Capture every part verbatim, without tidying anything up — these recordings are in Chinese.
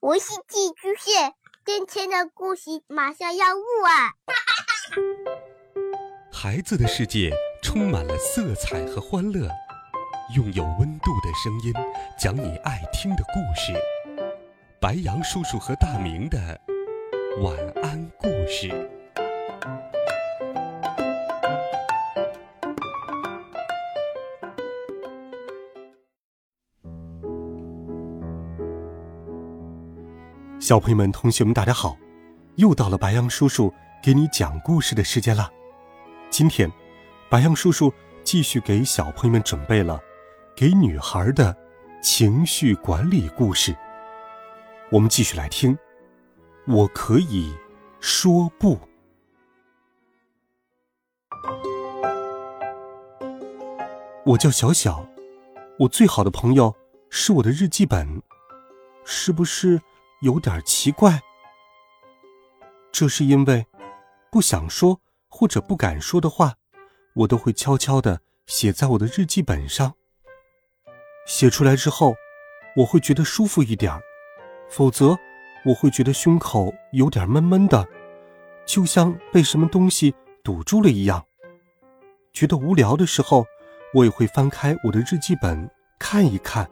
我是寄居蟹，今天的故事马上要录啊！ 孩子的世界充满了色彩和欢乐，用有温度的声音讲你爱听的故事。白杨叔叔和大明的晚安故事。小朋友们、同学们，大家好！又到了白杨叔叔给你讲故事的时间了。今天，白杨叔叔继续给小朋友们准备了给女孩的情绪管理故事。我们继续来听，我可以说不。我叫小小，我最好的朋友是我的日记本，是不是有点奇怪？这是因为不想说或者不敢说的话，我都会悄悄地写在我的日记本上。写出来之后，我会觉得舒服一点，否则我会觉得胸口有点闷闷的，就像被什么东西堵住了一样。觉得无聊的时候，我也会翻开我的日记本看一看。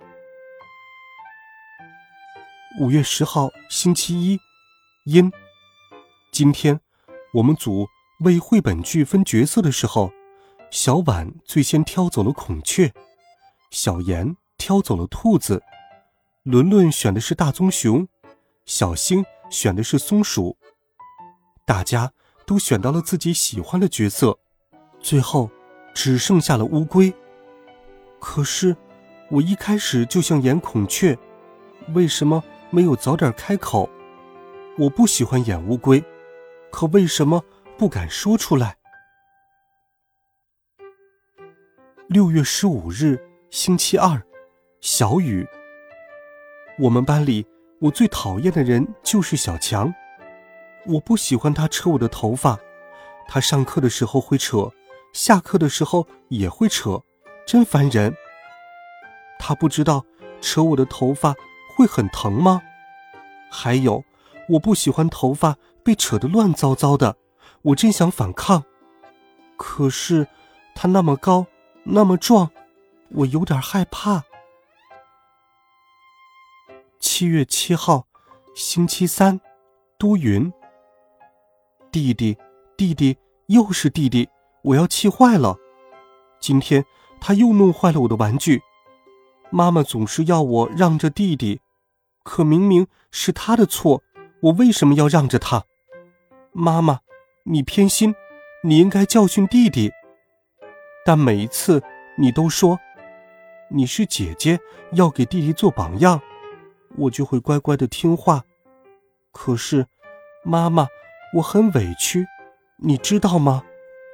五月十号星期一，阴。今天我们组为绘本剧分角色的时候，小婉最先挑走了孔雀，小妍挑走了兔子，伦伦选的是大棕熊，小星选的是松鼠。大家都选到了自己喜欢的角色，最后只剩下了乌龟。可是我一开始就想演孔雀，为什么没有早点开口？我不喜欢演乌龟，可为什么不敢说出来？六月十五日星期二，小雨。我们班里我最讨厌的人就是小强，我不喜欢他扯我的头发，他上课的时候会扯，下课的时候也会扯，真烦人。他不知道扯我的头发会很疼吗？还有，我不喜欢头发被扯得乱糟糟的，我真想反抗。可是他那么高，那么壮，我有点害怕。七月七号星期三，多云。弟弟，弟弟，又是弟弟，我要气坏了。今天他又弄坏了我的玩具。妈妈总是要我让着弟弟，可明明是他的错，我为什么要让着他？妈妈，你偏心，你应该教训弟弟。但每一次你都说你是姐姐，要给弟弟做榜样，我就会乖乖的听话。可是妈妈，我很委屈，你知道吗？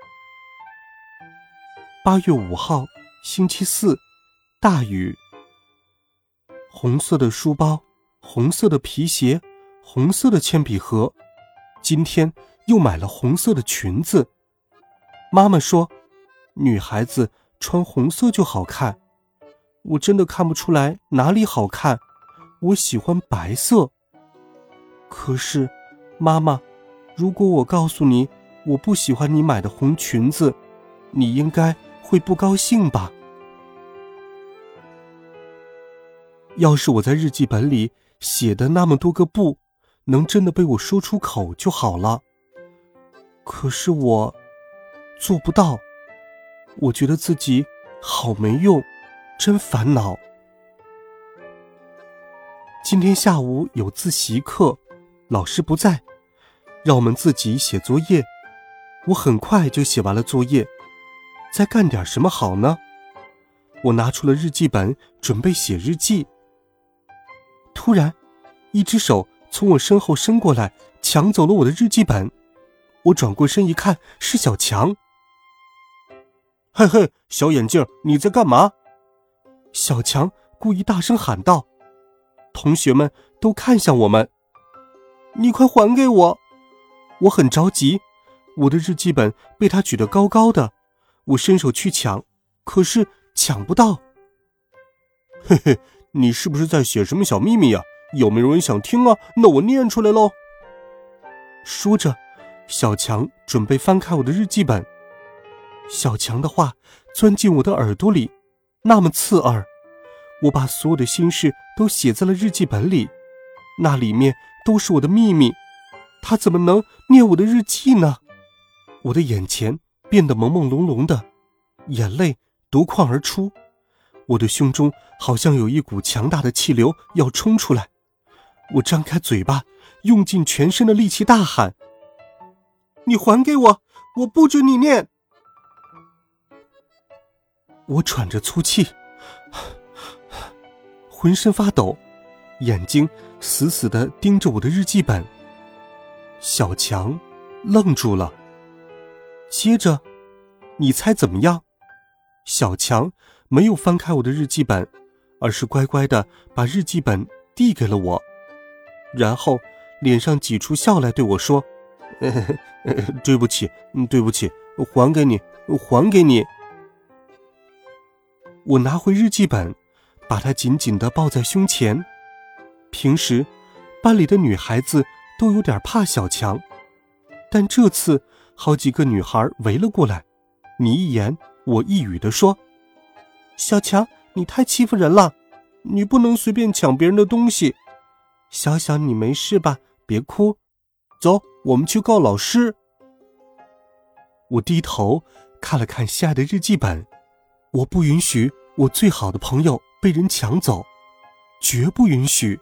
八月五号星期四，大雨。红色的书包，红色的皮鞋，红色的铅笔盒，今天又买了红色的裙子。妈妈说，女孩子穿红色就好看。我真的看不出来哪里好看，我喜欢白色。可是，妈妈，如果我告诉你我不喜欢你买的红裙子，你应该会不高兴吧？要是我在日记本里写的那么多个不，能真的被我说出口就好了。可是我做不到，我觉得自己好没用，真烦恼。今天下午有自习课，老师不在，让我们自己写作业。我很快就写完了作业，再干点什么好呢？我拿出了日记本，准备写日记。突然，一只手从我身后伸过来，抢走了我的日记本。我转过身一看，是小强。嘿嘿，小眼镜，你在干嘛？小强故意大声喊道。同学们都看向我们。你快还给我！我很着急，我的日记本被他举得高高的，我伸手去抢，可是抢不到。嘿嘿，你是不是在写什么小秘密呀？ 有没有人想听啊？那我念出来喽。说着，小强准备翻开我的日记本。小强的话钻进我的耳朵里，那么刺耳。我把所有的心事都写在了日记本里，那里面都是我的秘密。他怎么能念我的日记呢？我的眼前变得朦朦胧胧的，眼泪夺眶而出。我的胸中好像有一股强大的气流要冲出来。我张开嘴巴，用尽全身的力气大喊：你还给我，我不准你念！我喘着粗气，浑身发抖，眼睛死死地盯着我的日记本。小强愣住了，接着，你猜怎么样？小强没有翻开我的日记本，而是乖乖地把日记本递给了我，然后脸上挤出笑来对我说：呃呃、对不起对不起，还给你还给你。我拿回日记本，把它紧紧地抱在胸前。平时班里的女孩子都有点怕小强，但这次好几个女孩围了过来，你一言我一语地说：小强，你太欺负人了，你不能随便抢别人的东西。小小，你没事吧？别哭，走，我们去告老师。我低头看了看心爱的日记本，我不允许我最好的朋友被人抢走，绝不允许。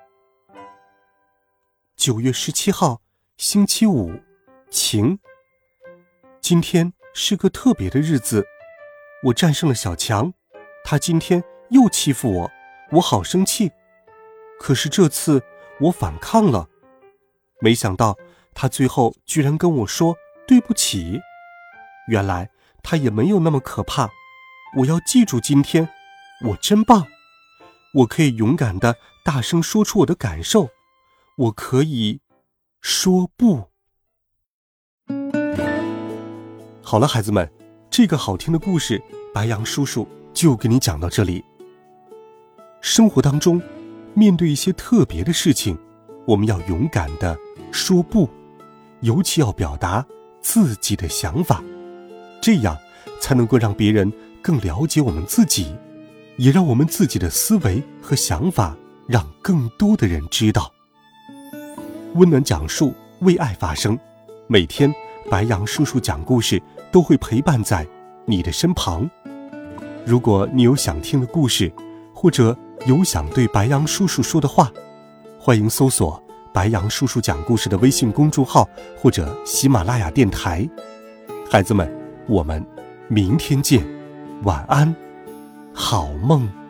九月十七号，星期五，晴。今天是个特别的日子，我战胜了小强，他今天又欺负我，我好生气。可是这次我反抗了，没想到他最后居然跟我说对不起。原来他也没有那么可怕，我要记住今天，我真棒，我可以勇敢地大声说出我的感受，我可以说不。好了，孩子们，这个好听的故事，白羊叔叔就给你讲到这里。生活当中，面对一些特别的事情，我们要勇敢地说不，尤其要表达自己的想法，这样才能够让别人更了解我们自己，也让我们自己的思维和想法让更多的人知道。温暖讲述，为爱发声，每天白羊叔叔讲故事都会陪伴在你的身旁。如果你有想听的故事，或者有想对白羊叔叔说的话，欢迎搜索白羊叔叔讲故事的微信公众号或者喜马拉雅电台。孩子们，我们明天见，晚安，好梦。